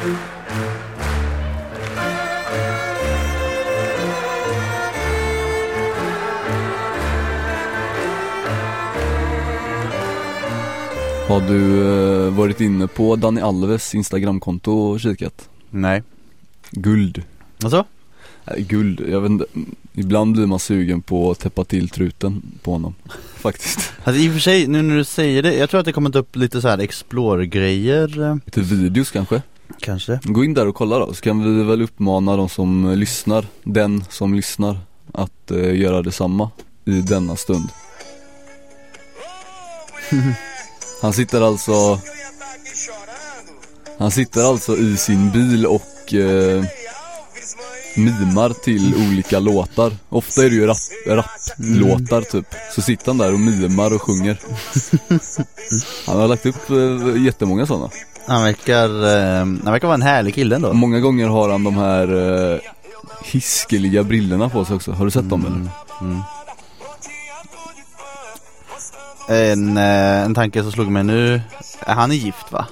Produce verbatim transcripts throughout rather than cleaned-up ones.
Har du eh, varit inne på Dani Alves Instagramkonto och kikat? Nej. Guld. Alltså? Nej, guld, jag vet inte. Ibland blir man sugen på att täppa till truten på honom. Faktiskt. Alltså i och för sig, nu när du säger det, jag tror att det kommit upp lite så här explore-grejer. Lite videos kanske? Kanske. Gå in där och kolla då, så kan vi väl uppmana de som lyssnar, den som lyssnar, att eh, göra detsamma i denna stund. Han sitter alltså Han sitter alltså i sin bil och eh, mimar till olika låtar. Ofta är det ju rap, rap-låtar typ. Så sitter han där och mimar och sjunger. Han har lagt upp eh, jättemånga sådana. Han verkar, eh, han verkar vara en härlig kille ändå. Många gånger har han de här eh, hiskeliga brillorna på sig också. Har du sett dem eller? Mm. En, eh, en tanke som slog mig nu. Han är gift va?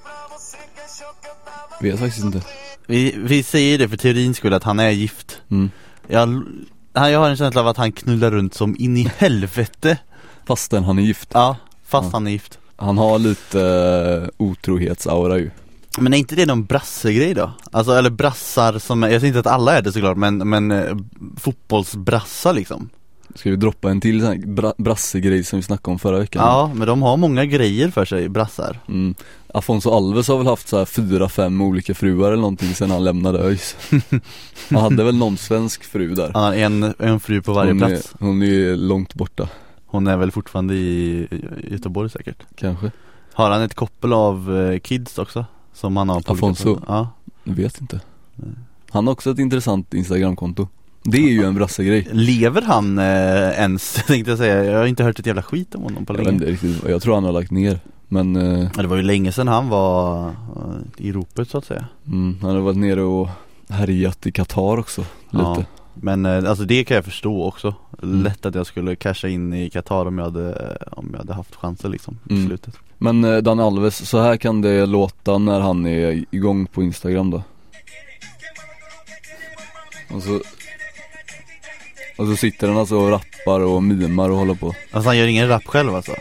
Vet faktiskt inte. Vi, vi säger det för teorins skull att han är gift. Mm. jag, jag har en känsla av att han knullar runt som in i helvete. Fastän han är gift. Ja, fast ja. han är gift. Han har lite uh, otrohetsaura ju. Men är inte det någon brassegrej då? Alltså, eller brassar som, jag säger inte att alla är det såklart, men, men eh, fotbollsbrassar liksom. Ska vi droppa en till sån här bra- brassegrej som vi snackade om förra veckan? Ja, men de har många grejer för sig, brassar. Mm. Afonso Alves har väl haft så här fyra, fem olika fruar eller någonting sedan han lämnade ÖIS. Han hade väl någon svensk fru där. Han har en, en fru på varje hon plats. Är, hon är långt borta. Hon är väl fortfarande i Göteborg säkert. Kanske. Har han ett koppel av eh, kids också? Som han har på Afonso? Ja. Jag vet inte. Han har också ett intressant Instagramkonto. Det är ju en brassegrej. Lever han eh, ens, tänkte jag säga. Jag har inte hört ett jävla skit om honom på jag länge. vet inte riktigt, jag tror han har lagt ner. Men eh, det var ju länge sedan han var uh, i ropet så att säga. Mm, han har varit nere och härjat i Qatar också lite. Ja, men uh, alltså det kan jag förstå också. Mm. Lätt att jag skulle casha in i Qatar om jag hade, om jag hade haft chanser liksom i mm. slutet. Men uh, Dan Alves, så här kan det låta när han är igång på Instagram då. Och så Och så sitter han alltså och rappar och mimar och håller på. Alltså han gör ingen rap själv alltså.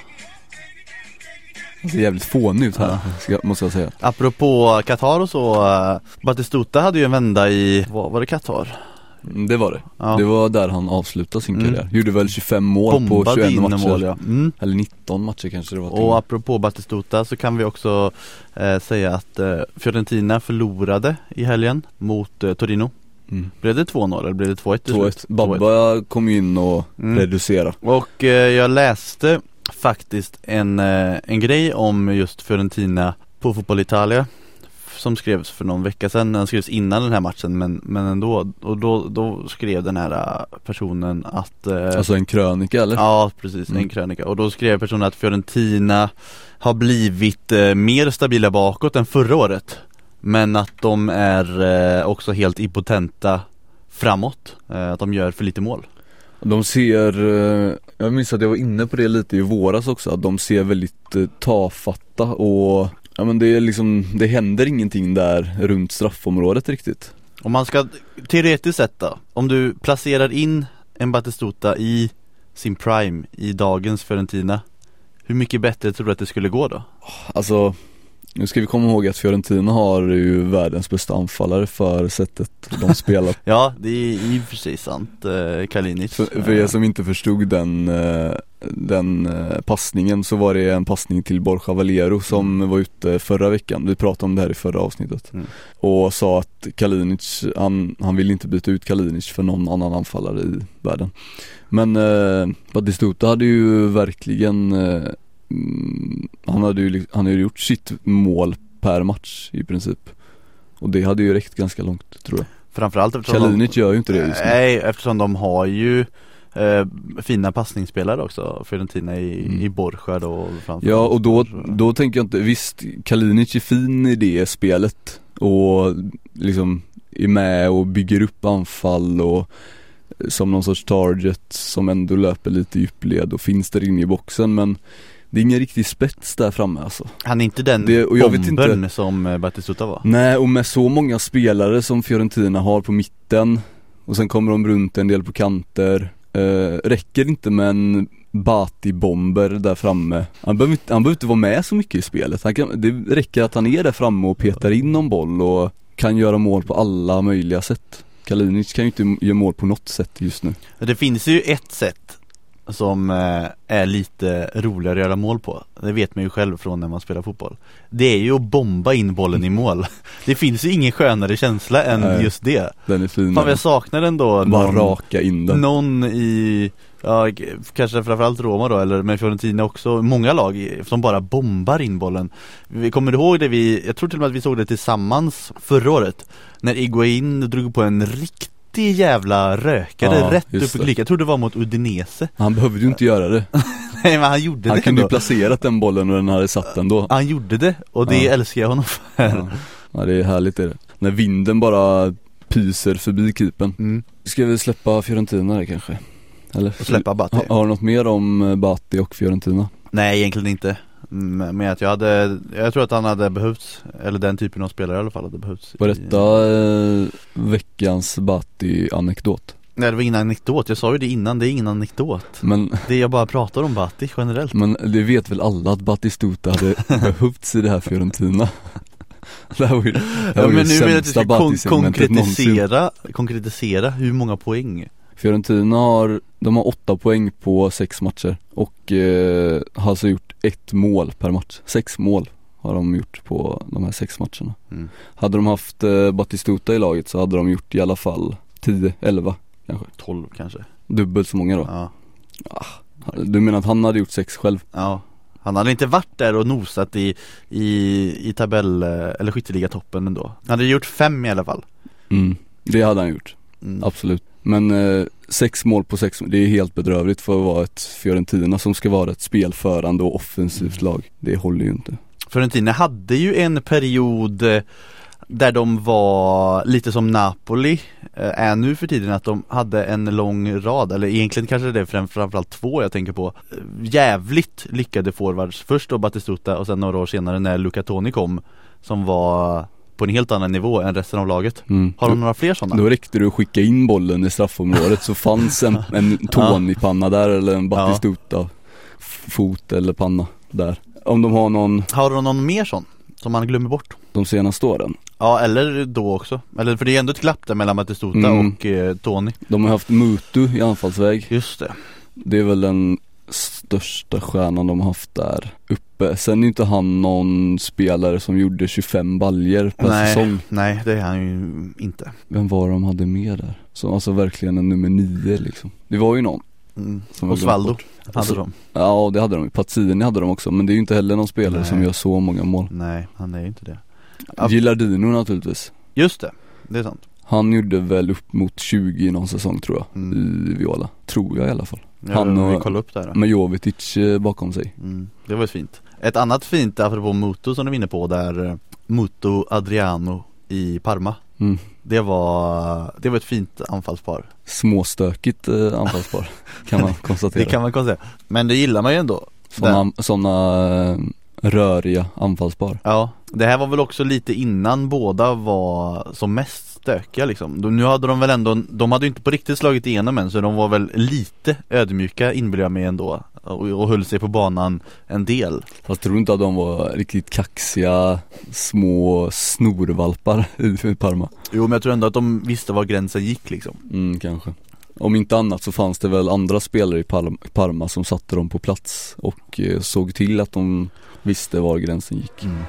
Det ser jävligt fånig ut här, ska, måste jag säga. Apropå Qatar och så, uh, Batistuta hade ju en vända i, vad var det, Qatar? Mm, det var det. Ja. Det var där han avslutade sin Mm. karriär. Gjorde väl tjugofem mål Bombade på tjugoett in matcher. mål, ja. Mm. Eller nitton matcher kanske det var. Och apropå Batistuta så kan vi också eh, säga att eh, Fiorentina förlorade i helgen mot eh, Torino. Mm. Blev det två noll eller blev det två ett? två ett. Babba kom ju in och mm. reducerade. Och eh, jag läste faktiskt en, eh, en grej om just Fiorentina på Fotboll Italia som skrevs för någon vecka sedan. Den skrevs innan den här matchen, men, men ändå. Och då, då skrev den här personen att eh, alltså en krönika eller? Ja, precis, mm. en krönika. Och då skrev personen att Fiorentina har blivit eh, mer stabila bakåt än förra året. Men att de är eh, också helt impotenta framåt. Eh, att de gör för lite mål. De ser, eh, jag minns att jag var inne på det lite i våras också, att de ser väldigt eh, tafatta och ja, men det är liksom, det händer ingenting där runt straffområdet riktigt. Om man ska teoretiskt sett då, om du placerar in en Batistuta i sin prime i dagens Fiorentina, hur mycket bättre tror du att det skulle gå då? Alltså, nu ska vi komma ihåg att Fiorentina har ju världens bästa anfallare för sättet de spelar. Ja, det är i och för sig sant, eh, Kalinic. För, för er som inte förstod den, eh, den eh, passningen, så var det en passning till Borja Valero som mm. var ute förra veckan. Vi pratade om det här i förra avsnittet. Mm. Och sa att Kalinic, han, han vill inte byta ut Kalinic för någon annan anfallare i världen. Men eh, Batistuta hade ju verkligen... Eh, Han hade ju han hade gjort sitt mål per match i princip. Och det hade ju räckt ganska långt, tror jag. Framförallt eftersom Kalinic de, gör ju inte det just nu. Nej, eftersom de har ju eh, fina passningsspelare också, Fiorentina i, mm. i Borja då. Ja, och då, då tänker jag inte, visst, Kalinic är fin i det spelet och liksom är med och bygger upp anfall och som någon sorts target som ändå löper lite djupled och finns där inne i boxen, men Det är ingen riktig spets där framme alltså. Han är inte den det, och jag vet inte, som Batistuta var. Nej, och med så många spelare som Fiorentina har på mitten och sen kommer de runt en del på kanter. Eh, räcker inte med en Bati-bomber där framme. Han behöver, inte, han behöver inte vara med så mycket i spelet. Han kan, det räcker att han är där framme och petar in någon boll och kan göra mål på alla möjliga sätt. Kalinic kan ju inte göra mål på något sätt just nu. Det finns ju ett sätt som är lite roligare att göra mål på. Det vet man ju själv från när man spelar fotboll. Det är ju att bomba in bollen i mål. Det finns ju ingen skönare känsla än Nej, just det. Den är fin. Fan, jag saknar den då. Bara någon, raka in den. Någon i, ja, kanske framförallt Roma då, eller med Fiorentina också. Många lag som bara bombar in bollen. Vi kommer ihåg det, vi, jag tror till och med att vi såg det tillsammans förra året. När Higuain drog på en riktig jävla rökare ja, rätt upp i klick. Jag tror det var mot Udinese. Han behövde ju inte göra det. Nej, men han gjorde han det. Han kunde ju placerat den bollen och den hade satt den då. Han gjorde det, och det ja. älskar jag honom för. Ja. Ja, det är härligt är det. När vinden bara pyser förbi keepen. Mm. Ska vi släppa Fiorentina där kanske? Eller och släppa Bati. Ha, har du något mer om Bati och Fiorentina? Nej, egentligen inte. Men att jag hade, jag tror att han hade behövts, eller den typen av spelare i alla fall hade behövts. Var detta i... eh, veckans Bati-anekdot? Nej, det var ingen anekdot, jag sa ju det innan, det är ingen anekdot. Men det jag bara pratar om Bati generellt. Men det vet väl alla att Batistuta hade behövts i det här Fiorentina. Det här var ju, det här ja, var men ju nu vill jag sämsta kon- konkretisera, konkretisera hur många poäng. Fiorentina har, de har åtta poäng på sex matcher och eh, har alltså gjort ett mål per match. Sex mål har de gjort på de här sex matcherna. Mm. Hade de haft eh, Batistuta i laget så hade de gjort i alla fall tio, elva kanske. tolv kanske. Dubbelt så många då. Ja. Ah, du menar att han hade gjort sex själv? Ja. Han hade inte varit där och nosat i, i, i tabell eller skytteliga-toppen ändå. Han hade gjort fem i alla fall. Mm, det hade han gjort. Mm. Absolut. Men eh, sex mål på sex, det är helt bedrövligt för att vara ett Fiorentina som ska vara ett spelförande och offensivt lag. Det håller ju inte. Fiorentina hade ju en period där de var lite som Napoli eh, är nu för tiden, att de hade en lång rad, eller egentligen kanske det är fram, framförallt två jag tänker på, jävligt lyckade forwards. Först då Batistuta och sen några år senare när Luca Toni kom, som var på en helt annan nivå än resten av laget. Mm. Har de några fler sådana? Då räckte det att skicka in bollen i straffområdet så fanns en, en Toni-panna där eller en Batistuta fot eller panna där. Om de har någon... Har de någon mer sån som man glömmer bort? De senaste åren? Ja, eller då också. Eller för det är ändå ett glapp där mellan Batistuta mm. och eh, Toni. De har haft Mutu i anfallsväg. Just det. Det är väl den största stjärnan de har haft där uppe. Sen är inte han någon spelare som gjorde tjugofem baljer per nej, säsong. Nej, det är han ju inte. Vem var de hade med där? Så alltså verkligen en nummer nio liksom. Det var ju någon. Mm. Osvaldo hade de. Ja, det hade de. Pazzini hade de också. Men det är ju inte heller någon spelare nej. som gör så många mål. Nej, han är ju inte det. Gilardino naturligtvis. Just det, det är sant. Han gjorde väl upp mot tjugo i någon säsong tror jag mm. i Viola. Tror jag i alla fall. Ja, han och kolla upp där, med Jovetic bakom sig. Mm. Det var fint. Ett annat fint apropå Muto som du är inne på där, Muto Adriano i Parma. Mm. Det var det var ett fint anfallspar. Småstökigt eh, anfallspar kan man konstatera. Det kan man konstatera. Men det gillar man ju ändå. Såna, såna eh, röriga anfallspar. Ja, det här var väl också lite innan båda var som mest stökiga liksom. De, nu hade de väl ändå, de hade ju inte på riktigt slagit igenom än, så de var väl lite ödmjuka inbillar jag mig ändå och, och höll sig på banan en del. Fast tror du inte att de var riktigt kaxiga små snorvalpar i Parma? Jo, men jag tror ändå att de visste var gränsen gick liksom. Mm, kanske. Om inte annat så fanns det väl andra spelare i Parma som satte dem på plats och eh, såg till att de visste var gränsen gick. Mm.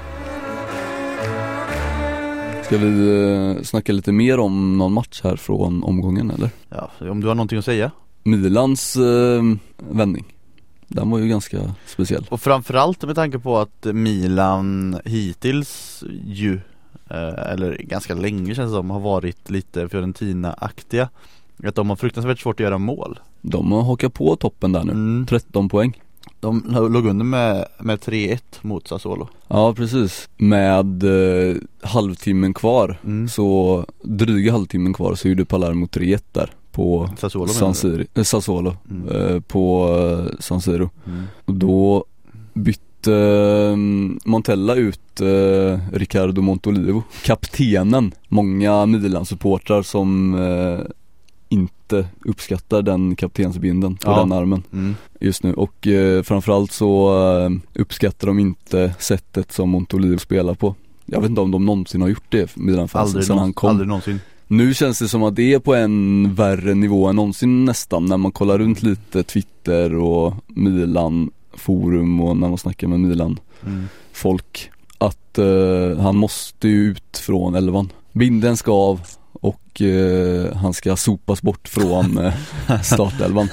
Ska vi eh, snacka lite mer om någon match här från omgången eller? Ja, om du har någonting att säga. Milans eh, vändning. Den var ju ganska speciell. Och framförallt med tanke på att Milan hittills ju eh, eller ganska länge känns det som har varit lite Fiorentina-aktiga. Att de har fruktansvärt svårt att göra mål. De har hakat på toppen där nu, mm. tretton poäng. De låg under med, med tre ett mot Sassuolo. Ja, precis. Med eh, halvtimmen kvar, mm. så dryga halvtimmen kvar så gjorde Palermo tre ett där på Sassuolo, San Siro, äh, Sassuolo mm. eh, på eh, San Siro. Mm. Och då bytte uh, Montella ut uh, Riccardo Montolivo, kaptenen. Många Milan-supportrar som uh, inte uppskattar den kaptensbinden på ja. den armen mm. just nu. Och uh, framförallt så uh, uppskattar de inte sättet som Montolivo spelar på. Jag vet inte om de någonsin har gjort det Milan-fansen sedan han kom. Aldrig någonsin. Nu känns det som att det är på en värre nivå än någonsin nästan, när man kollar runt lite Twitter och Milan forum och när man snackar med Milan mm. folk, att uh, han måste ju ut från elvan. Binden ska av och uh, han ska sopas bort från uh, startelvan.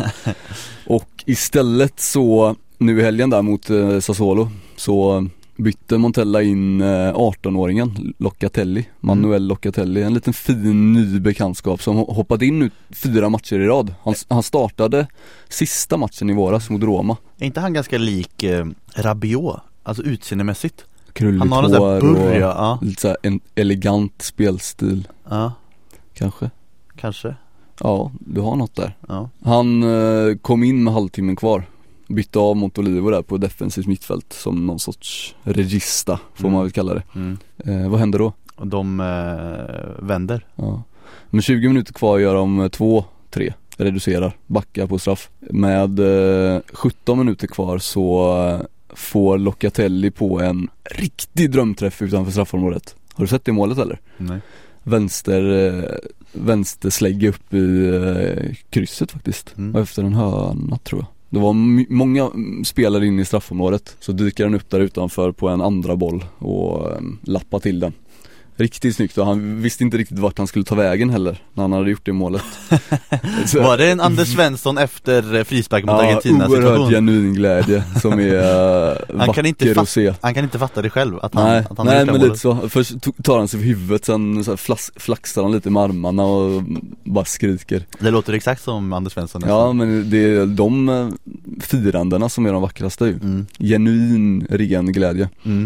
Och istället så nu i helgen där mot uh, Sassuolo så bytte Montella in arton-åringen Locatelli, Manuel mm. Locatelli, en liten fin ny bekantskap som hoppade in nu fyra matcher i rad. Han, han startade sista matchen i våras mot Roma. Är inte han ganska lik eh, Rabiot, alltså utseendemässigt? Krulligt han har hår burja, och ja. lite så här en elegant spelstil. Ja. Kanske. Kanske. Ja, du har något där. Ja. Han eh, kom in med halvtimmen kvar. Bytte av Montolivo där på defensivt mittfält som någon sorts regista får mm. man väl kalla det. Mm. Eh, vad händer då? Och de eh, vänder. Ja. Med tjugo minuter kvar gör de två tre, reducerar, backar på straff. Med eh, sjutton minuter kvar så eh, får Locatelli på en riktig drömträff utanför straffområdet. Har du sett det målet eller? Nej. Vänster, eh, vänster slägga upp i eh, krysset faktiskt. Mm. Och efter en hörna tror jag. Det var m- många spelare in i straffområdet. Så dyker han upp där utanför på en andra boll och um, lappar till den. Riktigt snyggt, och han visste inte riktigt vart han skulle ta vägen heller när han hade gjort det målet. Så, var det en Anders Svensson efter frispark mot ja, Argentina? Ja, oerhört genuin glädje som är uh, han kan inte vacker fatt- att se. Han kan inte fatta det själv att han, Nej, att han nej men lite så. Först tar han sig för huvudet, sen så här flas- flaxar han lite med armarna och bara skriker. Det låter exakt som Anders Svensson nästan. Ja, men det är de firandena som är de vackraste ju. Mm. Genuin, ren glädje. Mm.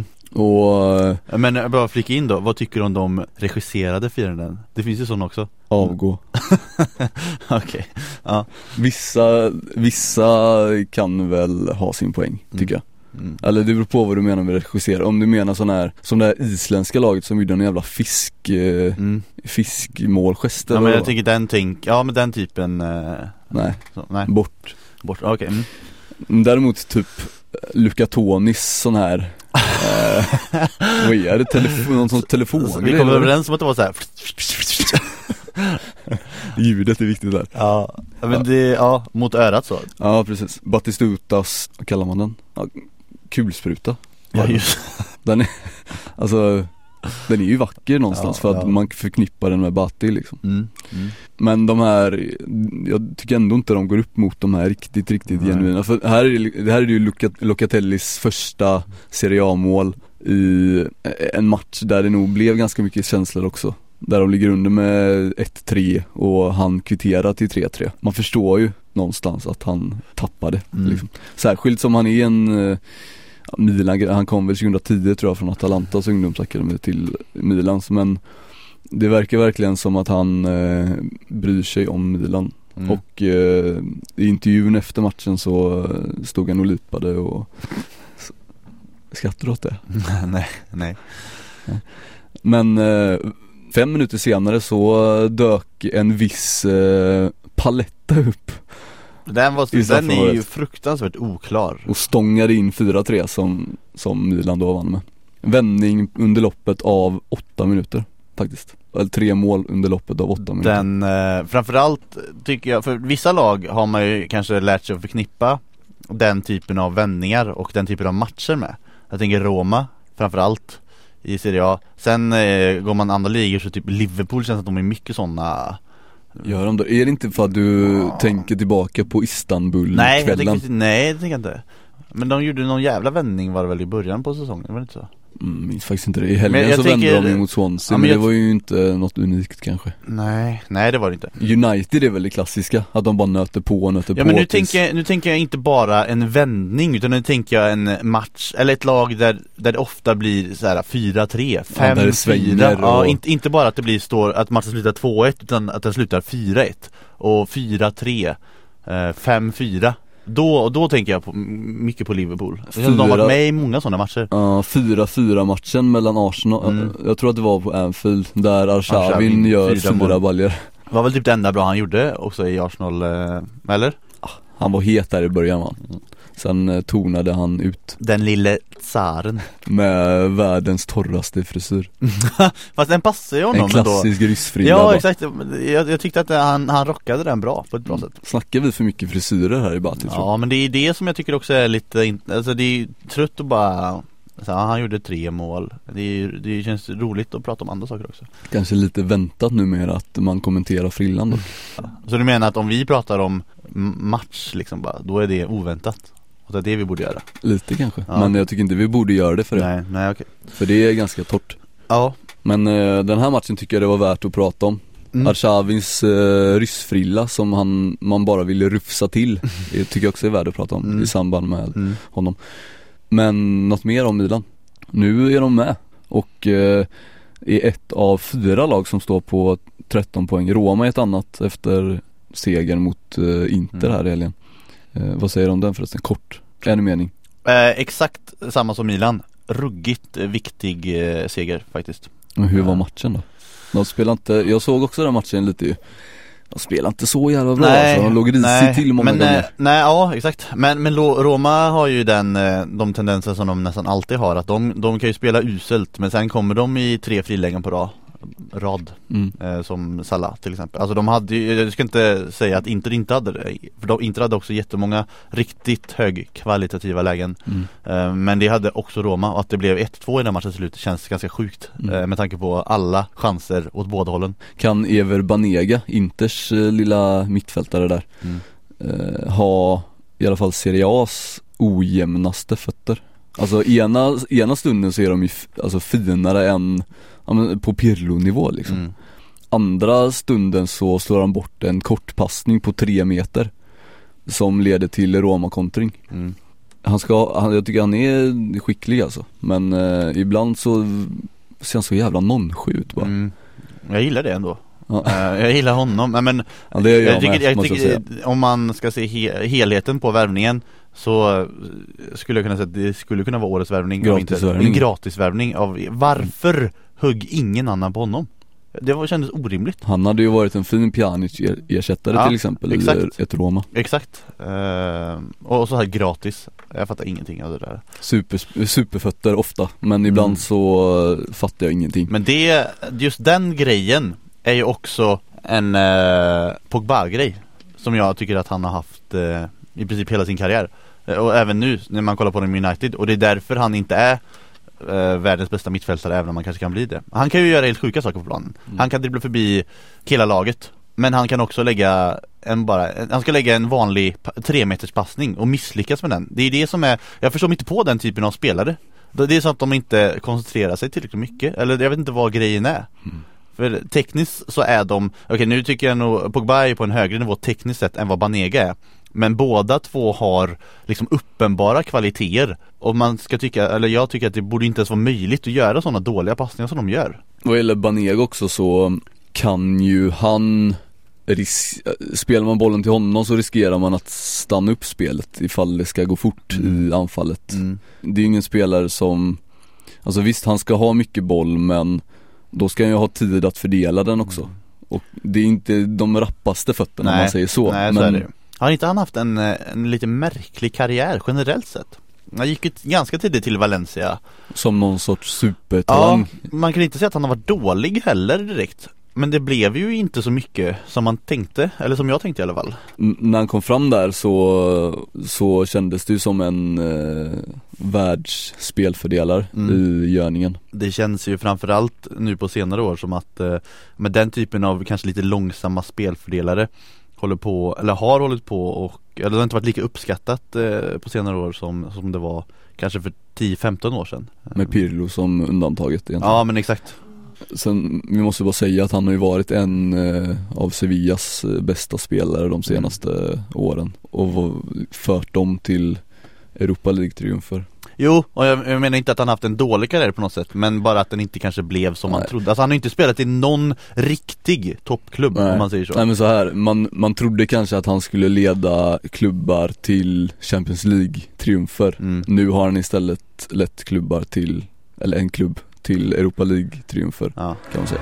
Och, men jag bara flika in då, vad tycker du om de regisserade firanden? Det finns ju sån också. Avgå. Okej, okay. Ja. Vissa, vissa kan väl ha sin poäng, tycker mm. jag. Mm. Eller det beror på vad du menar med regissera. Om du menar sån här, som det här isländska laget som gjorde en jävla fisk eh, mm. fiskmålgester. Ja, men jag tänker den tänk, ja men den typen eh, nej. Så, nej, bort. Bort, okej. Okay. Mm. Däremot typ Luca Tonis sån här eh, vad är det? Telefon, någon sån telefon. Vi kom överens om att det var så här. Ljudet är viktigt där. Ja, men ja. Det, ja, mot örat så. Ja, precis. Batistutas, vad kallar man den? Ja, kulspruta. Ja, just. Den är, alltså, den är ju vacker någonstans, ja, för att ja. man förknippar den med Batti liksom. Mm, mm. Men de här, jag tycker ändå inte de går upp mot de här riktigt, riktigt mm. genuina. För här är det, det här är ju Locatellis första Serie A-mål i en match där det nog blev ganska mycket känslor också. Där de ligger under med ett tre och han kvitterar till tre tre. Man förstår ju någonstans att han tappade. Mm. Liksom. Särskilt som han är en Milan, han kom väl tjugohundratio tror jag från Atalantas ungdomsakademi till Milans, men det verkar verkligen som att han eh, bryr sig om Milan. Mm. Och eh, i intervjun efter matchen så stod han och lipade och skrattade åt det. nej, nej. Men eh, fem minuter senare så dök en viss eh, Paletta upp. Den, var, den är ju fruktansvärt oklar. Och stångade in fyra tre som, som Milan då vann med. Vändning under loppet av åtta minuter faktiskt. Eller tre mål under loppet av åtta minuter. Den, eh, framförallt tycker jag, för vissa lag har man ju kanske lärt sig att förknippa den typen av vändningar och den typen av matcher med. Jag tänker Roma framförallt i Serie A. Sen eh, går man andra ligor så typ Liverpool känns att de är mycket sådana. Gör de då? Är det inte för att du ja. tänker tillbaka på Istanbul nej, kvällen? Jag tänker, nej, det tänker jag inte. Men de gjorde någon jävla vändning var det väl i början på säsongen, var det inte så? Mm, minns faktiskt inte det. I helgen så tänker, vände de mot Swansea, ja, men, men det var ju inte något unikt kanske. Nej, nej det var det inte. United är väl det klassiska, att de bara nöter på och nöter ja, på. Men nu, tills... tänker, nu tänker jag inte bara en vändning, utan nu tänker jag en match, eller ett lag där, där det ofta blir så här fyra tre, fem fyra. Och... Ja, inte, inte bara att det blir står, att matchen slutar två ett, utan att den slutar fyra ett och fyra tre, fem fyra. Då, och då tänker jag på, mycket på Liverpool. Fyra, de har varit med i många sådana matcher. Ja, fyra fyra matchen mellan Arsenal. Mm. Jag tror att det var på Anfield där Arshavin gör fyra, fyra baljor. Det var väl typ det enda bra han gjorde också i Arsenal, eller? Han var het där i början, man. Sen eh, tonade han ut. Den lille tsaren. Med världens torraste frisyr. Fast den passar ju honom. En klassisk ryssfrilla. Ja, bara. Exakt. Jag, jag tyckte att han, han rockade den bra på ett bra mm. sätt. Snackar vi för mycket frisyrer här i Bati? Ja, men det är det som jag tycker också är lite, alltså det är trött att bara, så han gjorde tre mål. Det, är, det känns roligt att prata om andra saker också. Kanske lite väntat numera att man kommenterar frillan då. Ja. Så du menar att om vi pratar om match liksom bara, då är det oväntat? Och det är det vi borde göra. Lite kanske, ja. Men jag tycker inte vi borde göra det för det. Nej, nej, okej. För det är ganska torrt. Ja. Men eh, den här matchen tycker jag det var värt att prata om. Mm. Arshavins eh, ryssfrilla som han, man bara ville rufsa till. Det tycker jag också är värt att prata om mm. i samband med mm. honom. Men något mer om Milan. Nu är de med och eh, är ett av fyra lag som står på tretton poäng. Roma är ett annat efter segern mot eh, Inter här i helgen. Eh, vad säger du om den förresten? Kort, en mening. Eh, exakt samma som Milan. Ruggigt eh, viktig eh, seger faktiskt. Men hur var matchen då? De spelade inte, jag såg också den matchen lite ju. De spelade inte så jävla bra, nej, alltså. De låg risigt till många men, gånger. Nej, ja, exakt. Men, men Roma har ju den, de tendenser som de nästan alltid har. Att de, de kan ju spela uselt, men sen kommer de i tre frilägen på rad. rad mm. eh, som Salah till exempel. Alltså de hade ju, jag ska inte säga att Inter inte hade det, för de Inter hade också jättemånga riktigt högkvalitativa lägen. Mm. Eh, men det hade också Roma, och att det blev ett två i den matchen slut känns ganska sjukt mm. eh, med tanke på alla chanser åt båda hållen. Kan Ever Banega, Inters eh, lilla mittfältare där mm. eh, ha i alla fall Serie A's ojämnaste fötter? Alltså ena, ena stunden så är de ju f- alltså finare än ja, men på Pirlo-nivå liksom. Mm. Andra stunden så slår han bort en kortpassning på tre meter som leder till Roma-kontring. Mm. Han ska, han, jag tycker han är skicklig alltså. Men eh, ibland så ser han så jävla nonskjut bara. Mm. Jag gillar det ändå. Ja. Uh, jag gillar honom. Men ja, det är jag, jag tycker, med, jag tycker om man ska se he- helheten på värvningen, så skulle jag kunna säga att det skulle kunna vara årets värvning. Gratisvärvning. En gratisvärvning av varför högg ingen annan på honom? Det var, kändes orimligt. Han hade ju varit en fin Pjanic-ersättare ja, till exempel exakt. I ett Roma. Exakt. Uh, och så här gratis. Jag fattar ingenting av det där. Super, superfötter ofta, men ibland mm. så fattar jag ingenting. Men det, just den grejen är ju också en uh, Pogba-grej som jag tycker att han har haft uh, i princip hela sin karriär. Uh, och även nu när man kollar på den United. Och det är därför han inte är Uh, världens bästa mittfältare, även om man kanske kan bli det. Han kan ju göra helt sjuka saker på planen. Mm. Han kan dribbla förbi hela laget, men han kan också lägga en bara han ska lägga en vanlig tre meters passning och misslyckas med den. Det är det som är, jag förstår inte på den typen av spelare. Det är så att de inte koncentrerar sig tillräckligt mycket, eller jag vet inte vad grejen är. Mm. För tekniskt så är de, okej okay, nu tycker jag nog Pogba är på en högre nivå tekniskt sett än vad Banega är. Men båda två har liksom uppenbara kvaliteter. Och man ska tycka, eller jag tycker att det borde inte ens vara möjligt att göra sådana dåliga passningar som de gör. Vad gäller Banega också så kan ju han ris- spelar man bollen till honom så riskerar man att stanna upp spelet ifall det ska gå fort mm. i anfallet. Mm. Det är ju ingen spelare som, alltså visst han ska ha mycket boll, men då ska han ju ha tid att fördela den också. Mm. Och det är inte de rappaste fötterna om man säger så. Nej, men så är det. Har inte han haft en, en lite märklig karriär generellt sett? Han gick ju ganska tidigt till Valencia. Som någon sorts supertalang. Ja, man kan inte säga att han har varit dålig heller direkt. Men det blev ju inte så mycket som man tänkte, eller som jag tänkte i alla fall. N- när han kom fram där så, så kändes det ju som en eh, världsspelfördelare mm. i görningen. Det känns ju framförallt nu på senare år som att eh, med den typen av kanske lite långsamma spelfördelare håller på, eller har hållit på och, eller det har inte varit lika uppskattat eh, på senare år som, som det var kanske för tio femton år sedan. Med Pirlo som undantaget egentligen. Ja, men exakt. Sen, vi måste bara säga att han har ju varit en eh, av Sevillas eh, bästa spelare de senaste mm. åren och fört dem till Europa League-triumfer. Jo, och jag, jag menar inte att han haft en dålig karriär på något sätt, men bara att den inte kanske blev som Nej. man trodde. Alltså han har inte spelat i någon riktig toppklubb, Nej. om man säger så. Nej, men så här, man, man trodde kanske att han skulle leda klubbar till Champions League-triumfer. Mm. Nu har han istället lett klubbar till, eller en klubb till Europa League-triumfer, ja. kan man säga.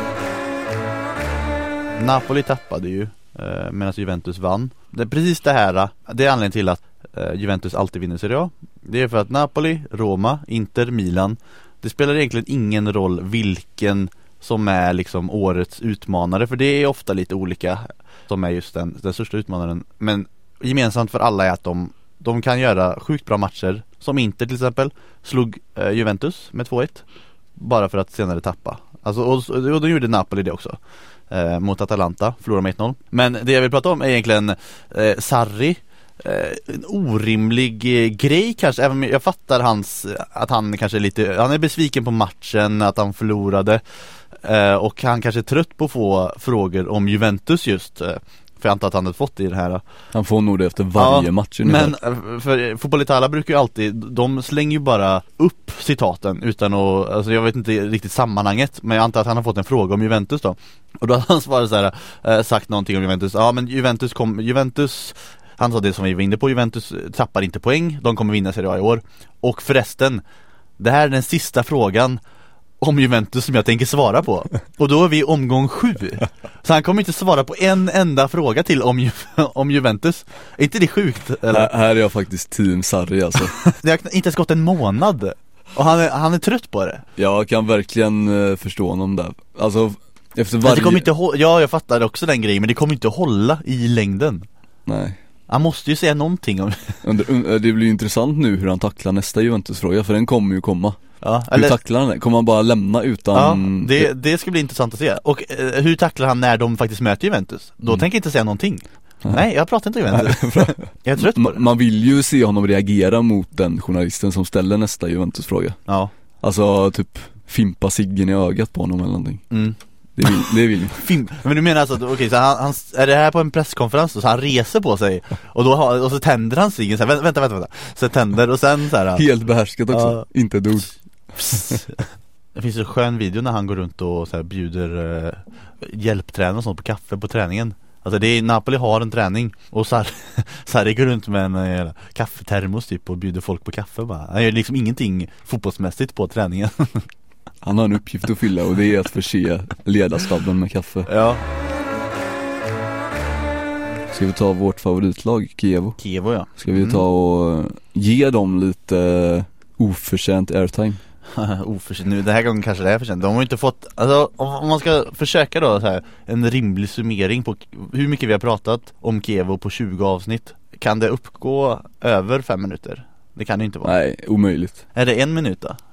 Napoli tappade ju eh, medan Juventus vann. Det är precis det här, det är anledningen till att eh, Juventus alltid vinner Serie A. Det är för att Napoli, Roma, Inter, Milan, det spelar egentligen ingen roll vilken som är liksom årets utmanare, för det är ofta lite olika som är just den, den största utmanaren. Men gemensamt för alla är att de, de kan göra sjukt bra matcher, som Inter till exempel slog eh, Juventus med två ett bara för att senare tappa. Alltså, och, och då gjorde Napoli det också. Eh, mot Atalanta, förlorade med ett noll. Men det jag vill prata om är egentligen eh, Sarri. Eh, en orimlig eh, grej kanske, även jag fattar hans, att han kanske är lite, han är besviken på matchen, att han förlorade eh, och han kanske är trött på att få frågor om Juventus just, eh, för jag antar att han hade fått det i det här. Han får nog det efter varje ja, match ungefär. Men för Fotboll Italia brukar ju alltid, de slänger ju bara upp citaten utan att, alltså jag vet inte riktigt sammanhanget, men jag antar att han har fått en fråga om Juventus då. Och då har han svarat så här, äh, sagt någonting om Juventus. Ja, men Juventus kom, Juventus, han sa det som vi var inne på, Juventus tappar inte poäng, de kommer vinna Serie A i år. Och förresten, det här är den sista frågan om Juventus som jag tänker svara på. Och då är vi i omgång sju. Så han kommer inte svara på en enda fråga till om, Ju- om Juventus. Är inte det sjukt? Eller? Här, här är jag faktiskt team Sarri alltså. Det har inte ens gått en månad. Och han är, han är trött på det. Jag kan verkligen uh, förstå honom där. Alltså efter varje... det kommer inte hå- ja, jag fattar också den grejen, men det kommer inte hålla i längden. Nej. Han måste ju säga någonting om det. Det blir ju intressant nu hur han tacklar nästa Juventus-fråga, för den kommer ju komma. Ja, eller... Hur tacklar han det? Kommer han bara lämna utan... Ja, det, det ska bli intressant att se. Och eh, hur tacklar han när de faktiskt möter Juventus? Då mm. tänker jag inte säga någonting. Nej, Nej jag pratar inte Juventus. Jag är trött på det. Man vill ju se honom reagera mot den journalisten som ställer nästa Juventus-fråga. Ja. Alltså typ fimpa ciggen i ögat på honom eller någonting. Mm. Det vill, det vill. Film. Men du menar alltså att okay, så han, han, är det här på en presskonferens då, så han reser på sig och, då har, och så tänder han ciggen så här, vänta, vänta, vänta. Så tänder och sen så här. Helt behärskat också, uh, inte ett ord. Det finns en skön video när han går runt och så här bjuder uh, hjälptränare och sånt på kaffe på träningen. Alltså det är, Napoli har en träning och så här, så här går runt med en uh, kaffetermos typ och bjuder folk på kaffe bara. Han gör liksom ingenting fotbollsmässigt på träningen. Han har en uppgift att fylla och det är att förse ledarstaben med kaffe. Ja. Ska vi ta vårt favoritlag, Chievo? Chievo, ja. Ska vi ta och ge dem lite oförtjänt airtime? Oförtjänt, nu det här gången kanske det är förtjänt. De har inte fått, alltså om man ska försöka då så här, en rimlig summering på hur mycket vi har pratat om Chievo på tjugo avsnitt. Kan det uppgå över fem minuter? Det kan det inte vara. Nej, omöjligt. Är det en minut då?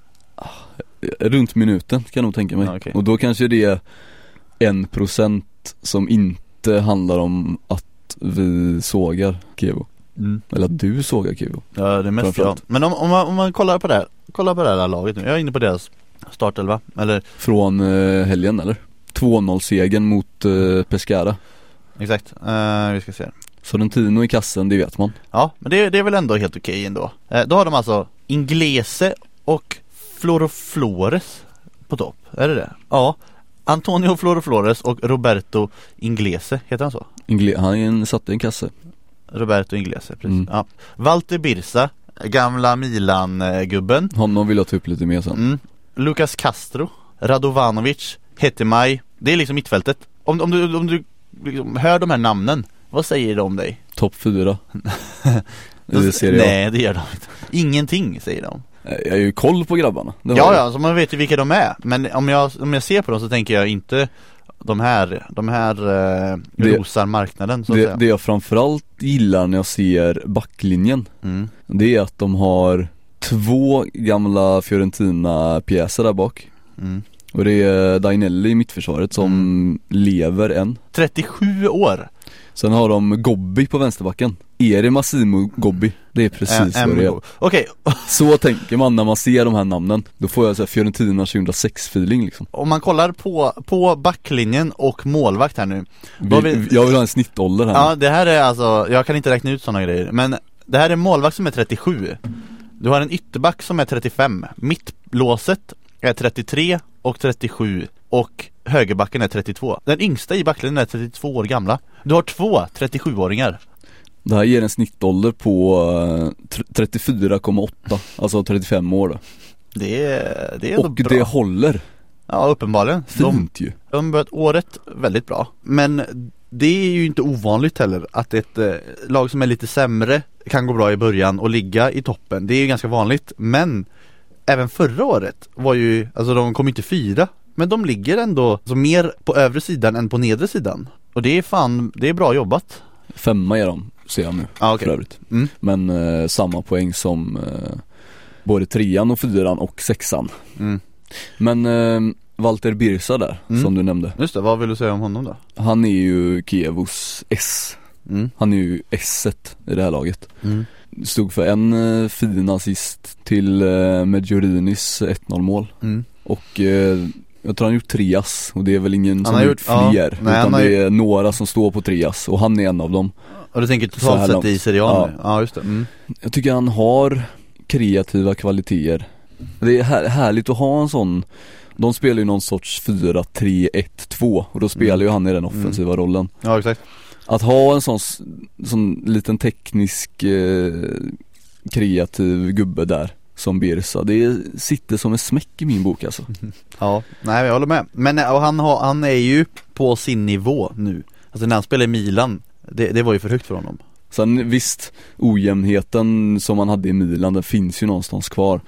Runt minuten kan jag nog tänka mig. Ja, okay. Och då kanske det är en procent som inte handlar om att vi sågar Chievo. Mm. Eller att du sågar Chievo. Ja, det är mest jag. Men om, om, man, om man kollar på det här, kollar på det här laget nu. Jag är inne på deras startelva, eller? Från uh, helgen, eller? två noll-segern mot uh, Pescara. Exakt, uh, vi ska se. Sorrentino i kassen, det vet man. Ja, men det, det är väl ändå helt okej ändå. Uh, då har de alltså Inglese och Floro Flores på topp, är det det? Ja, Antonio Floro Flores och Roberto Inglese, heter han så? Ingle- han satte en kasse. Roberto Inglese, precis. Mm. Ja. Walter Birsa, gamla Milan-gubben. Honom vill jag ta upp lite mer sen. Mm. Lucas Castro, Radovanovic, Hetemaj. Det är liksom mittfältet. Om, om du, om du liksom hör de här namnen, vad säger de om dig? Topp fyra. det ser jag. Nej, det gör de inte. Ingenting, säger de. Jag är ju koll på grabbarna. Ja, ja, så man vet ju vilka de är. Men om jag, om jag ser på dem så tänker jag inte de här, de här eh, rosar marknaden så att det, säga. Det jag framförallt gillar när jag ser backlinjen, mm. det är att de har två gamla Fiorentina-pjäser där bak. Mm. Och det är Dainelli i mittförsvaret som mm. lever än. trettiosju år. Sen har de Gobbi på vänsterbacken. Eri Massimo Gobbi. Det är precis äh, vad det är. Okej. Okay. Så tänker man när man ser de här namnen. Då får jag så här Fiorentina tjugohundrasex-feeling liksom. Om man kollar på, på backlinjen och målvakt här nu. Vi, vi... Jag vill ha en snittålder här. Ja, det här är alltså, jag kan inte räkna ut sådana grejer. Men det här är målvakt som är trettiosju. Du har en ytterback som är trettiofem. Mittlåset är trettiotre och trettiosju. Och högerbacken är trettiotvå. Den yngsta i backlinjen är trettiotvå år gamla. Du har två trettiosju-åringar. Det här ger en snittålder på trettiofyra komma åtta. Alltså trettiofem år då. Det är, det är och bra. det håller. Ja, uppenbarligen. Fint de, ju. De har börjat året väldigt bra. Men det är ju inte ovanligt heller att ett eh, lag som är lite sämre kan gå bra i början och ligga i toppen. Det är ju ganska vanligt. Men även förra året var ju, alltså de kom inte fyra. Men de ligger ändå alltså, mer på övre sidan än på nedre sidan. Och det är fan, det är bra jobbat. Femma är de, ser jag nu. Ah, okay. För övrigt. Mm. Men eh, samma poäng som eh, både trean och fyran och sexan. Mm. Men eh, Walter Birsa där, mm. som du nämnde. Just det, vad vill du säga om honom då? Han är ju Kievos S. Mm. Han är ju S-et i det här laget. Mm. Stod för en eh, fin assist till eh, Medjurinis ett noll mål. Mm. Och eh, jag tror han har gjort tre ass. Och det är väl ingen han som har gjort fler ja, nej, utan det är ju... några som står på tre ass. Och han är en av dem. Och du tänker totalt sett i Serie A ja. nu? Ja, just det. Mm. Jag tycker han har kreativa kvaliteter. Det är här, härligt att ha en sån. De spelar ju någon sorts fyra tre ett två. Och då spelar mm. ju han i den offensiva mm. rollen. Ja, exakt. Att ha en sån, sån liten teknisk eh, kreativ gubbe där som Birsa, det sitter som en smäck i min bok alltså. Ja, nej jag håller med. Men och han, har, han är ju på sin nivå nu. Alltså när han spelar i Milan, det, det var ju för högt för honom. Sen visst, ojämnheten som han hade i Milan, den finns ju någonstans kvar.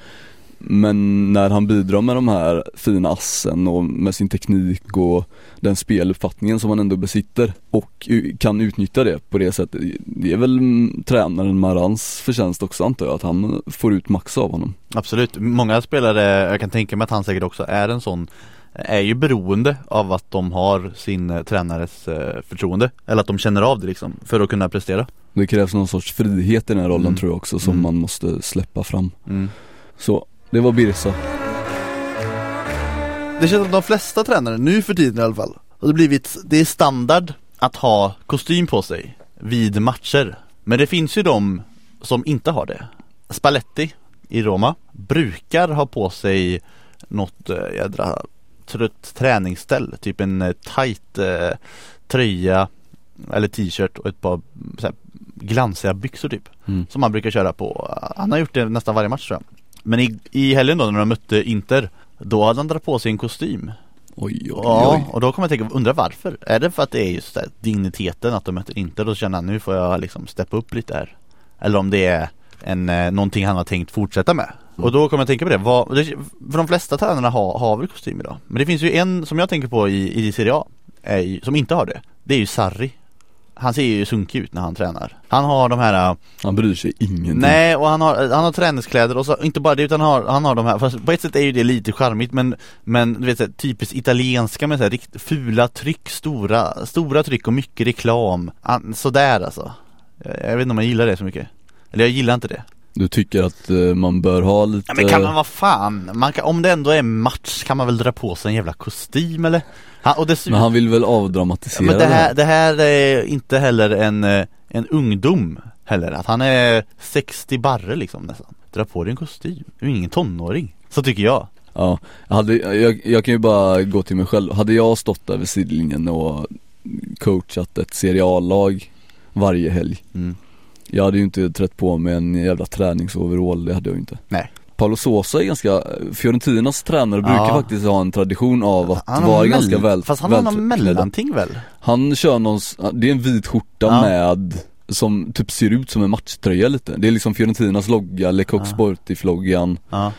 Men när han bidrar med de här fina assen och med sin teknik och den speluppfattningen som han ändå besitter och kan utnyttja det på det sättet, det är väl tränaren Marans förtjänst också antar jag, att han får ut max av honom. Absolut, många spelare, jag kan tänka mig att han säkert också är en sån, är ju beroende av att de har sin tränares förtroende, eller att de känner av det liksom, för att kunna prestera. Det krävs någon sorts frihet i den här rollen mm. tror jag också, som mm. man måste släppa fram. Mm. Så det var Birsa. Det känns som de flesta tränare nu för tiden i alla fall har det blivit, det är standard att ha kostym på sig vid matcher. Men det finns ju de som inte har det. Spalletti i Roma brukar ha på sig något äh, jädra trött träningsställ, typ en äh, tight äh, tröja eller t-shirt och ett par så här, glansiga byxor typ mm. som han brukar köra på. Han har gjort det nästan varje match tror jag. Men i, i helgen då när de mötte Inter, då hade han dragit på sig en kostym. Oj, oj, oj. Ja, och då kommer jag tänka, undra varför. Är det för att det är just där, digniteten att de möter Inter, då känner han nu får jag liksom steppa upp lite här. Eller om det är en, eh, någonting han har tänkt fortsätta med. Mm. Och då kommer jag tänka på det, vad, det för de flesta tränarna har, har väl kostym idag. Men det finns ju en som jag tänker på i, i Serie A är, som inte har det. Det är ju Sarri. Han ser ju sunkig ut när han tränar. Han har de här... Han bryr sig ingenting. Nej, och han har, han har träningskläder och så, inte bara det utan han har, han har de här, fast på ett sätt är ju det lite charmigt, men, men du vet så här, typiskt italienska med så här, rikt, fula tryck, stora, stora tryck och mycket reklam. Han, sådär alltså. Jag, jag vet inte om jag gillar det så mycket. Eller jag gillar inte det. Du tycker att uh, man bör ha lite... Ja, men kan man, vad fan? Man kan, om det ändå är match kan man väl dra på sig en jävla kostym eller? Han, och dessutom, men han vill väl avdramatisera ja, men det här, det här är inte heller en, en ungdom heller. Att han är sextio barre liksom nästan. Dra på dig en kostym. Du är ingen tonåring. Så tycker jag. Ja, jag, hade, jag, jag kan ju bara gå till mig själv. Hade jag stått där vid sidlinjen och coachat ett seriallag varje helg, mm. jag hade ju inte trätt på med en jävla träningsoverall. Det hade jag ju inte. Nej. Paulo Sousa är ganska, Fiorentinas tränare brukar ja. faktiskt ha en tradition av att vara ganska väl. Fast han har någon mellanting väl? Han kör någon, det är en vit skjorta ja. med, som typ ser ut som en matchtröja lite. Det är liksom Fiorentinas logga, Le Coq Sportif-loggan ja.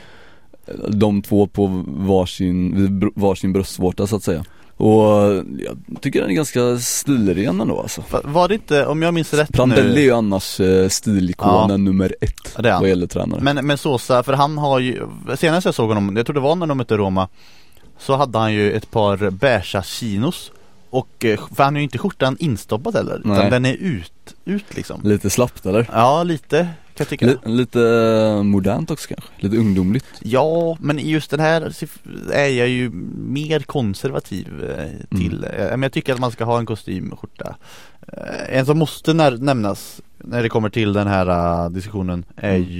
De två på varsin, varsin bröstvårta så att säga. Och jag tycker den är ganska stilren ändå alltså. Var det inte, om jag minns rätt Prandelli nu... är ju annars eh, stilikonen ja. nummer ett ja, vad gäller tränare. Men, men Sosa, för han har ju, senast jag såg honom, jag tror det var när de mötte Roma, så hade han ju ett par beiga chinos. Och, för han är ju inte skjortan instoppad heller, utan den är ut, ut liksom. Lite slappt eller? Ja, lite kan jag tycka. L- lite modernt också kanske, lite ungdomligt. Ja, men i just den här är jag ju mer konservativ till. Mm. Men jag tycker att man ska ha en kostymskjorta. En som måste när- nämnas när det kommer till den här uh, diskussionen är mm. ju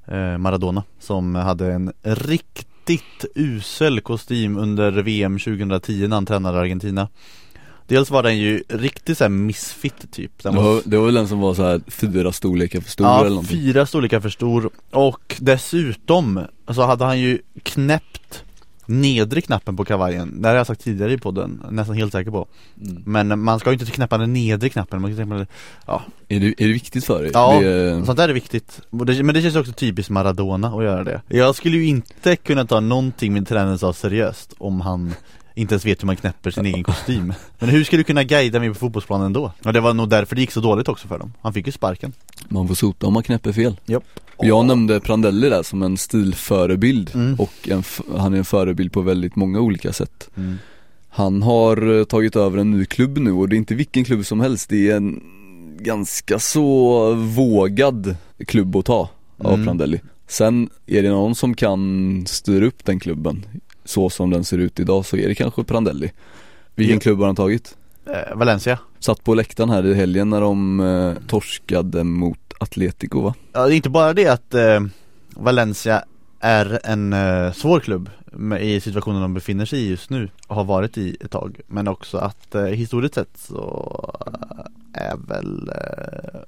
eh, Maradona, som hade en riktigt usel kostym under V M tjugohundratio när han tränade Argentina. Dels var den ju riktigt så här misfit typ. Den det, var... var, det var väl den som var så här fyra storlekar för stor ja, eller någonting. fyra storlekar för stor. Och dessutom så hade han ju knäppt nedre knappen på kavajen. Det har jag sagt tidigare i podden, nästan helt säker på. Mm. Men man ska ju inte knäppa den nedre knappen. Man kan knäppa den, ja. Är det, är det viktigt för dig? Ja, det... sånt där är viktigt. Men det känns också typiskt Maradona att göra det. Jag skulle ju inte kunna ta någonting min tränare sa seriöst om han inte ens vet hur man knäpper sin egen kostym. Men hur ska du kunna guida mig på fotbollsplanen då? Och det var nog därför det gick så dåligt också för dem. Han fick ju sparken. Man får sota om man knäpper fel. Japp. Jag nämnde Prandelli där som en stilförebild. Mm. Och en f- han är en förebild på väldigt många olika sätt. Mm. Han har tagit över en ny klubb nu, och det är inte vilken klubb som helst. Det är en ganska så vågad klubb att ta av mm. Prandelli. Sen är det någon som kan styra upp den klubben så som den ser ut idag, så är det kanske Prandelli. Vilken ja. klubb har han tagit? Eh, Valencia. Satt på läktaren här i helgen när de eh, torskade mot Atletico, va? Ja, det är inte bara det att eh, Valencia är en eh, svår klubb med, i situationen de befinner sig i just nu och har varit i ett tag, men också att eh, historiskt sett så eh, är väl eh,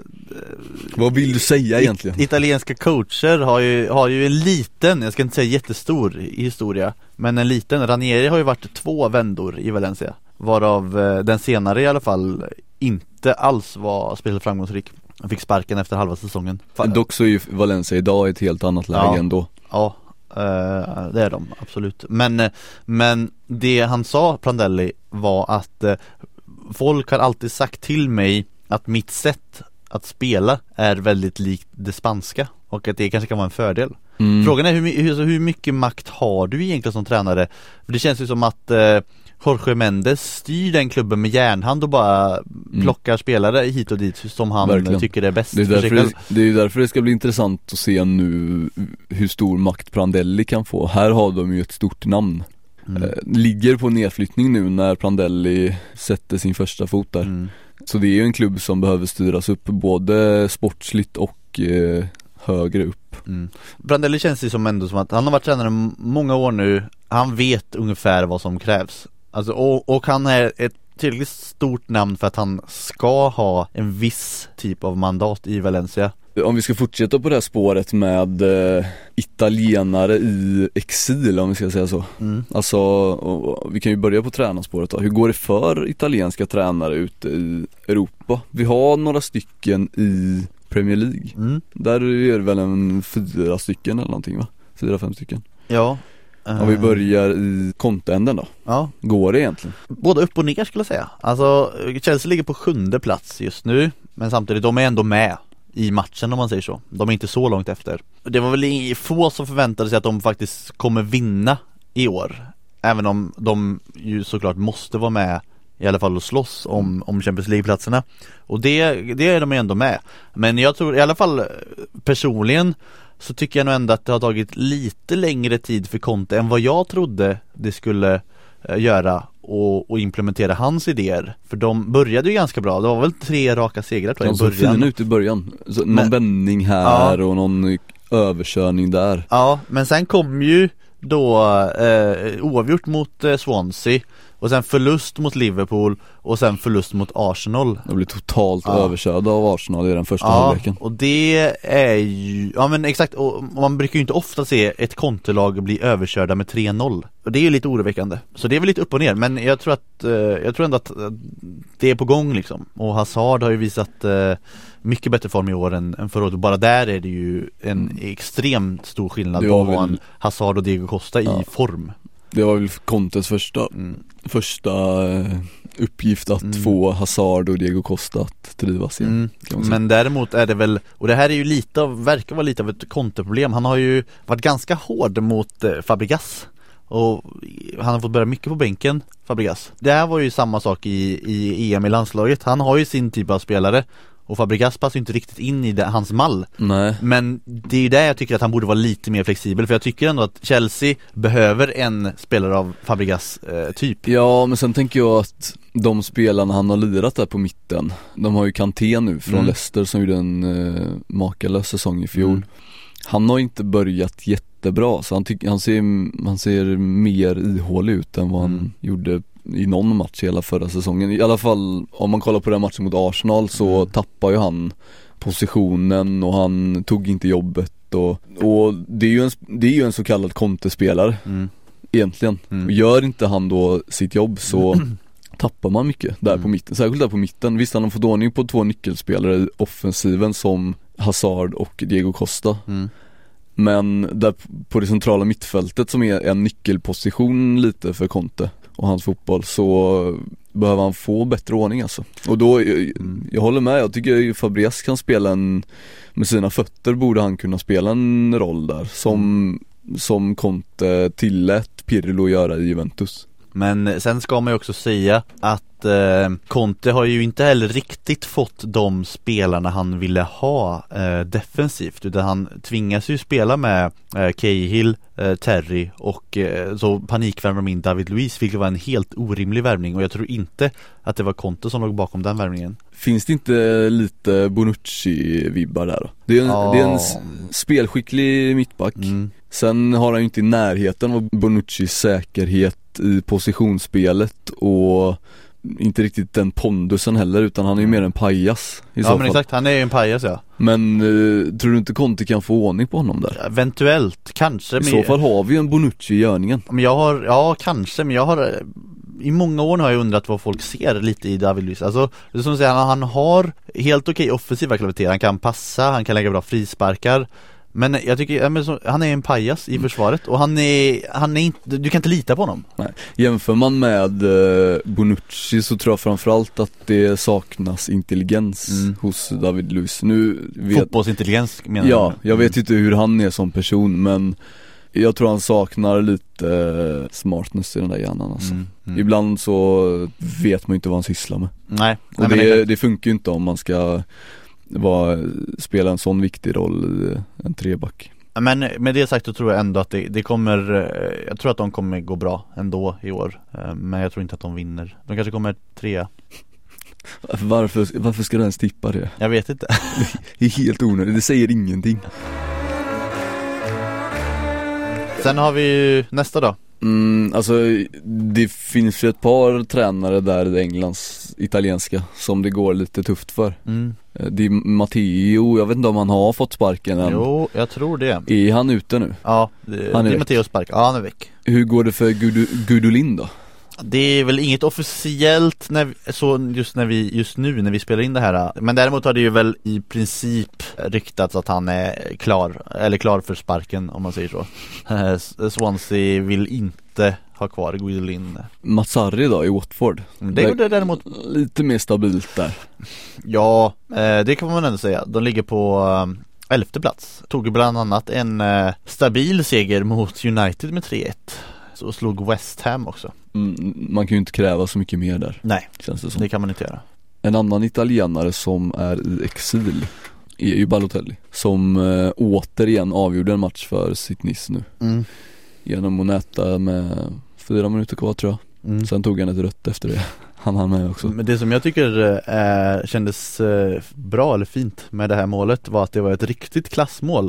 vad vill du säga egentligen? Italienska coacher har ju, har ju en liten, jag ska inte säga jättestor i historia, men en liten. Ranieri har ju varit två vändor i Valencia, varav eh, den senare i alla fall inte alls var speciellt framgångsrik. Han fick sparken efter halva säsongen. Dock så är ju Valencia idag i ett helt annat läge ja, ändå. Ja, eh, det är de, absolut. Men, men det han sa, Prandelli, var att eh, folk har alltid sagt till mig att mitt sätt att spela är väldigt likt det spanska, och att det kanske kan vara en fördel. Mm. Frågan är hur, hur, hur mycket makt har du egentligen som tränare? För det känns ju som att eh, Jorge Mendes styr den klubben med järnhand och bara mm. plockar spelare hit och dit som han Verkligen. tycker är bäst. Det är, därför det, det är därför det ska bli intressant att se nu hur stor makt Prandelli kan få. Här har de ju ett stort namn. Mm. Eh, ligger på nedflyttning nu när Prandelli sätter sin första fot där. Mm. Så det är ju en klubb som behöver styras upp både sportsligt och eh, högre upp. Mm. Prandelli känns det som ändå som att han har varit tränare många år nu. Han vet ungefär vad som krävs. Alltså, och, och han är ett tillräckligt stort namn för att han ska ha en viss typ av mandat i Valencia. Om vi ska fortsätta på det här spåret med eh, italienare i exil, om vi ska säga så. Mm. Alltså, och, och, vi kan ju börja på tränarspåret då. Hur går det för italienska tränare ute i Europa? Vi har några stycken i Premier League. Mm. Där är det väl en fyra stycken eller någonting, va? Fyra, fem stycken. Ja. Om vi börjar i kontänden då. Ja. Går det egentligen? Både upp och ner skulle jag säga. Alltså, Chelsea ligger på sjunde plats just nu, men samtidigt, de är ändå med i matchen om man säger så. De är inte så långt efter. Det var väl få som förväntade sig att de faktiskt kommer vinna i år. Även om de ju såklart måste vara med i alla fall och slåss om, om Champions League-platserna. Och det, det är de ändå med. Men jag tror i alla fall personligen så tycker jag nog ändå att det har tagit lite längre tid för Conte än vad jag trodde det skulle eh, göra och, och implementera hans idéer. För de började ju ganska bra. Det var väl tre raka segrar tror jag, i början. Fin ut i början. Så, någon men, vändning här ja. och någon överkörning där. Ja, men sen kom ju då eh, oavgjort mot eh, Swansea och sen förlust mot Liverpool och sen förlust mot Arsenal. De blev totalt ja. överkörda av Arsenal i den första ja, halvleken. Och det är ju, ja men exakt, och man brukar ju inte ofta se ett Conte-lag bli överkörda med tre noll. Och det är ju lite oroväckande. Så det är väl lite upp och ner, men jag tror att eh, jag tror ändå att det är på gång liksom. Och Hazard har ju visat eh, mycket bättre form i år än, än förra året. Bara där är det ju en mm. extremt stor skillnad på väl... en Hazard och Diego Costa ja. i form. Det var väl Contes första mm. första eh, uppgift att mm. få Hazard och Diego Costa att trivas igen. Mm. Men däremot är det väl, och det här är ju lite av, verkar vara lite av ett Conte-problem. Han har ju varit ganska hård mot eh, Fabregas. Och han har fått börja mycket på bänken, Fabregas. Det här var ju samma sak i, i E M i landslaget. Han har ju sin typ av spelare. Och Fabregas passar ju inte riktigt in i det, hans mall. Nej. Men det är ju där jag tycker att han borde vara lite mer flexibel. För jag tycker ändå att Chelsea behöver en spelare av Fabregas eh, typ. Ja, men sen tänker jag att de spelarna han har lirat där på mitten, de har ju Kanté nu från mm. Leicester som gjorde en eh, makalös säsong i fjol. Mm. Han har inte börjat jättebra, så han, tycker, han, ser, han ser mer ihålig ut än vad han mm. gjorde i någon match hela förra säsongen. I alla fall om man kollar på den matchen mot Arsenal så mm. tappar ju han positionen och han tog inte jobbet och, och det är ju en, det är ju en så kallad kontespelare mm. egentligen. Mm. Och gör inte han då sitt jobb så mm. tappar man mycket där mm. på mitten, särskilt där på mitten. Visst, han har fått ordning på två nyckelspelare i offensiven som Hazard och Diego Costa. Mm. Men där på det centrala mittfältet som är en nyckelposition lite för Conte och hans fotboll, så behöver han få bättre ordning alltså. Och då, jag, mm. jag håller med, jag tycker Fabregas kan spela en, med sina fötter borde han kunna spela en roll där som, mm. som Conte tillät Pirlo göra i Juventus. Men sen ska man ju också säga att eh, Conte har ju inte heller riktigt fått de spelarna han ville ha eh, defensivt, utan han tvingas ju spela med eh, Cahill, eh, Terry och eh, så panikvärmar de in David Luiz, vilket var en helt orimlig värvning, och jag tror inte att det var Conte som låg bakom den värvningen. Finns det inte lite Bonucci-vibbar där då? Det är en, oh. det är en spelskicklig mittback. Mm. Sen har han ju inte i närheten av Bonuccis säkerhet i positionsspelet och inte riktigt den pondusen heller, utan han är ju mer en pajas i ja, så men fall. Exakt, han är ju en pajas, ja. Men eh, tror du inte Conte kan få ordning på honom där? Eventuellt, kanske. I så fall har vi ju en Bonucci i görningen. Men jag har, ja kanske, men jag har i många år har jag undrat vad folk ser lite i David Luiz. Alltså, det är som att säga, han, han har helt okej offensiva kvaliteter, han kan passa, han kan lägga bra frisparkar. Men jag tycker ja, men så, han är en pajas i försvaret och han är, han är inte, du kan inte lita på honom. Nej. Jämför man med eh, Bonucci så tror jag framförallt att det saknas intelligens mm. hos David Luiz. Nu vet, fotbollsintelligens menar Ja, du? jag vet inte hur han är som person, men jag tror han saknar lite eh, smartness i den där hjärnan alltså. mm, mm. Ibland så vet man inte vad han sysslar med. Nej, och nej, det, men det funkar ju inte om man ska var, spela en sån viktig roll i en treback. Men med det sagt så tror jag ändå att det, det kommer, jag tror att de kommer gå bra ändå i år, men jag tror inte att de vinner. De kanske kommer trea. Varför, varför ska du ens tippa det? Jag vet inte. Det är helt onödigt, det säger ingenting. Sen har vi nästa då. Mm, alltså det finns ju ett par tränare där i Englands italienska som det går lite tufft för. Mm. Det är Matteo, jag vet inte om han har fått sparken än. Jo, jag tror det. Är han ute nu? Ja, det, han är, det är Matteo spark. Ja, han är väck. Hur går det för Gud- Gudolin då? Det är väl inget officiellt när, så just, när vi, just nu när vi spelar in det här. Men däremot har det ju väl i princip ryktats att han är klar, eller klar för sparken om man säger så. Swansea vill inte ha kvar Guidolin. Mazzarri då i Watford. Det går det däremot lite mer stabilt där. Ja, det kan man ändå säga. De ligger på elfte plats. Tog bland annat en stabil seger mot United med tre ett. Så slog West Ham också. Mm, man kan ju inte kräva så mycket mer där. Nej, känns det, som. Det kan man inte göra. En annan italienare som är i exil är ju Balotelli, som äh, återigen avgjorde en match för sitt Nice nu. Mm. Genom att näta med fyra minuter kvar tror jag. Mm. Sen tog han ett rött efter det. Han hann med också. Men det som jag tycker äh, kändes äh, bra eller fint med det här målet var att det var ett riktigt klassmål.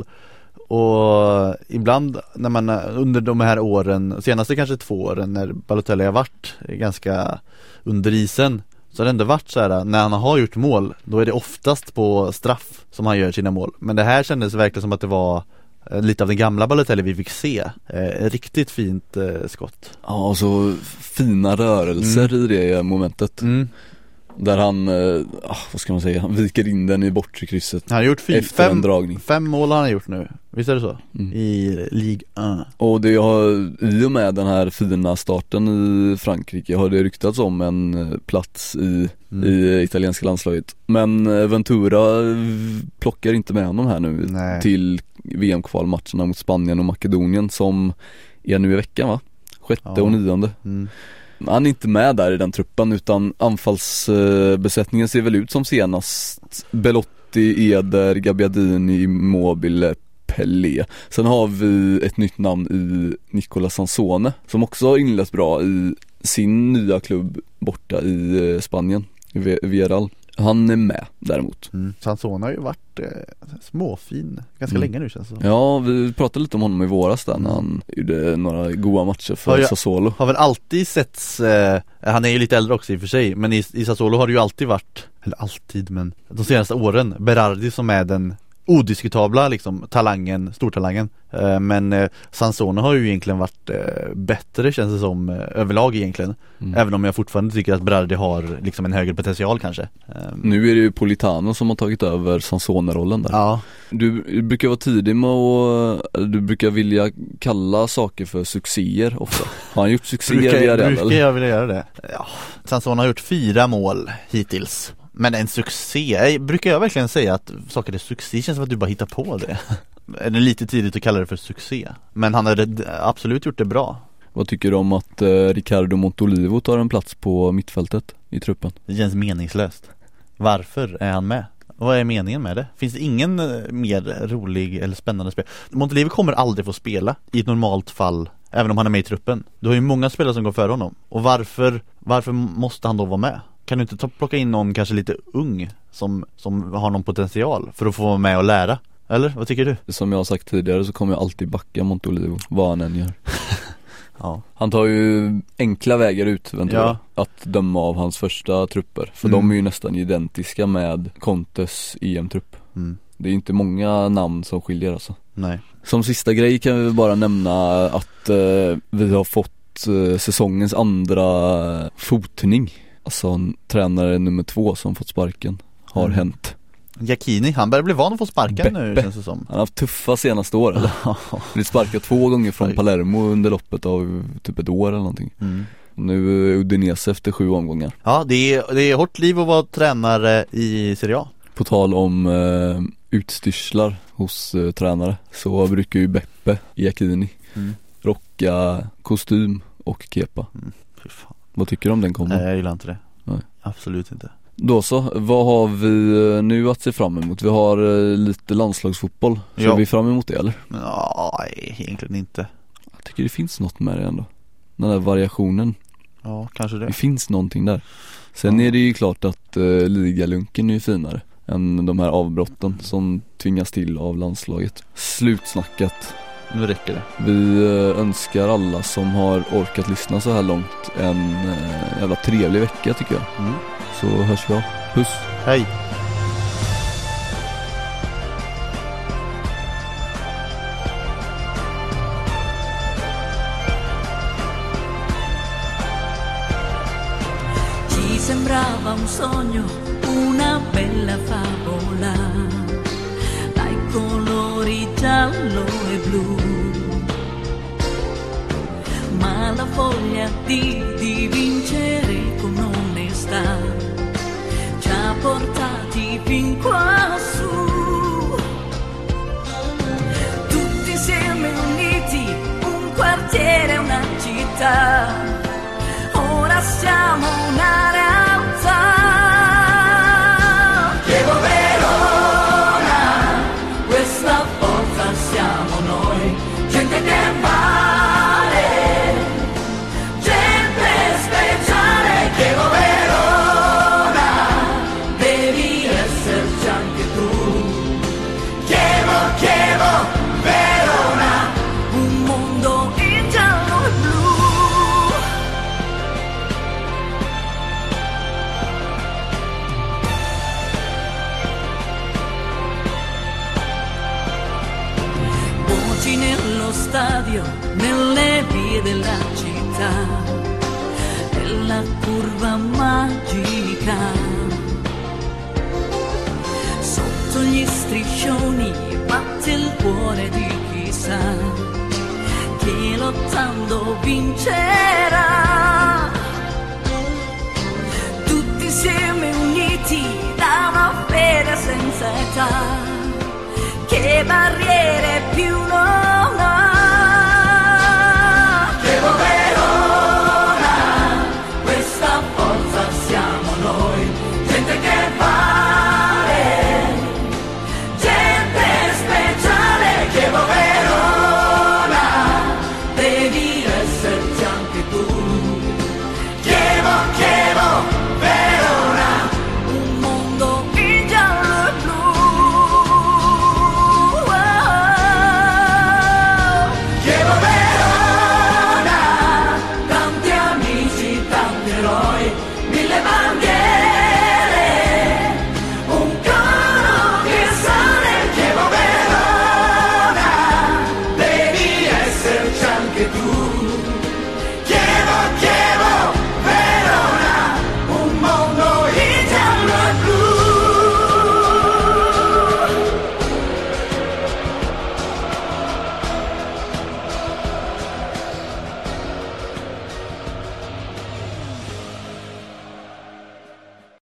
Och ibland när man under de här åren, senaste kanske två åren när Balotelli har varit ganska under isen, så har det ändå varit så här, när han har gjort mål då är det oftast på straff som han gör sina mål. Men det här kändes verkligen som att det var lite av den gamla Balotelli vi fick se. eh, Riktigt fint eh, skott. Ja, och så fina rörelser mm. i det momentet. Mm. Där han, eh, vad ska man säga, han viker in den i bortre krysset. Han har gjort fy- efter fem, en dragning. Fem mål har han gjort nu, visst är det så? Mm. I Ligue ett. Och det har, i och med den här fina starten i Frankrike har det ryktats om en plats i, mm. i italienska landslaget. Men Ventura plockar inte med honom här nu. Nej. Till V M-kvalmatcherna mot Spanien och Makedonien som är nu i veckan, va? Sjätte ja. och nionde. Mm. Han är inte med där i den truppen, utan anfallsbesättningen ser väl ut som senast. Belotti, Eder, Gabbiadini, Immobile, Pelé. Sen har vi ett nytt namn i Nicola Sansone som också har inlett bra i sin nya klubb borta i Spanien, Villarreal. Han är med däremot. Mm. Sansone har ju varit eh, småfin ganska mm. länge nu känns det så. Ja, vi pratade lite om honom i våras där när han gjorde några goda matcher för har jag, Sassuolo. Har väl alltid setts, eh, han är ju lite äldre också i och för sig, men i, i Sassuolo har det ju alltid varit, eller alltid, men de senaste åren, Berardi som är den odiskutabla liksom, talangen, stortalangen. Eh, men eh, Sansone har ju egentligen varit eh, bättre känns det som eh, överlag egentligen. Mm. Även om jag fortfarande tycker att Berardi har liksom en högre potential kanske. Eh. Nu är det ju Politano som har tagit över Sansone-rollen där. Ja. Du, du brukar vara tidig med och du brukar vilja kalla saker för succéer ofta. Har han gjort succéer brukar, i Real? Brukar jag vilja göra det? Ja. Sansone har gjort fyra mål hittills. Men en succé, brukar jag verkligen säga att saker är succé? Känns som att du bara hittar på det. Är det lite tidigt att kalla det för succé? Men han har absolut gjort det bra. Vad tycker du om att eh, Ricardo Montolivo tar en plats på mittfältet i truppen? Det känns meningslöst. Varför är han med? Vad är meningen med det? Finns det ingen mer rolig eller spännande spel? Montolivo kommer aldrig få spela i ett normalt fall, även om han är med i truppen. Du har ju många spelare som går före honom. Och varför, varför måste han då vara med? Kan du inte ta, plocka in någon kanske lite ung som, som har någon potential för att få vara med och lära? Eller? Vad tycker du? Som jag har sagt tidigare så kommer jag alltid backa Montolivo, vad han än gör. Ja. Han tar ju enkla vägar ut ja. att döma av hans första trupper. För mm. de är ju nästan identiska med Contes E M-trupp. Mm. Det är inte många namn som skiljer alltså. Nej. Som sista grej kan vi bara nämna att eh, vi har fått eh, säsongens andra fotning. Alltså en tränare nummer två som fått sparken har mm. hänt. Giacchini, han börjar bli van att få sparken Beppe. Nu känns det som. Han har haft tuffa senaste år eller? Blivit sparkad två gånger från Palermo under loppet av typ ett år eller någonting. Mm. Nu är Udinese efter sju omgångar. Ja, det är, det är hårt liv att vara tränare i Serie A. På tal om eh, utstyrslar hos eh, tränare så brukar ju Beppe Giacchini mm. rocka kostym och kepa. Mm. Fy fan. Vad tycker du om den kommer? Nej, jag gillar inte det. Nej. Absolut inte. Då så, vad har vi nu att se fram emot? Vi har uh, lite landslagsfotboll. Ser ja. vi fram emot det eller? Nej, egentligen inte. Jag tycker det finns något med det ändå. Den där variationen. Ja, kanske det. Det finns någonting där. Sen ja. är det ju klart att uh, ligalunken är ju finare än de här avbrotten som tvingas till av landslaget. Slutsnackat. Nu räcker det. Vi önskar alla som har orkat lyssna så här långt en äh, jävla trevlig vecka tycker jag. Mm. Så hörs vi av. Puss. Hej. Ci sembrava un sogno, una bella favola. Dai colori giallo e blu. Ma la voglia di, di vincere con onestà ci ha portati fin quassù. Tutti insieme uniti, un quartiere, una città. Ora siamo una realtà. Chievo Verona, questa forza siamo noi. Gente che vale, gente speciale. Chievo Verona, devi esserci anche tu. Chievo, Chievo Verona, un mondo in giallo e blu. Voci nello stadio, nelle vie della città, nella curva magica. Sotto gli striscioni batte il cuore di chi sa che lottando vincerà. Tutti insieme uniti da una fede senza età. Che barriere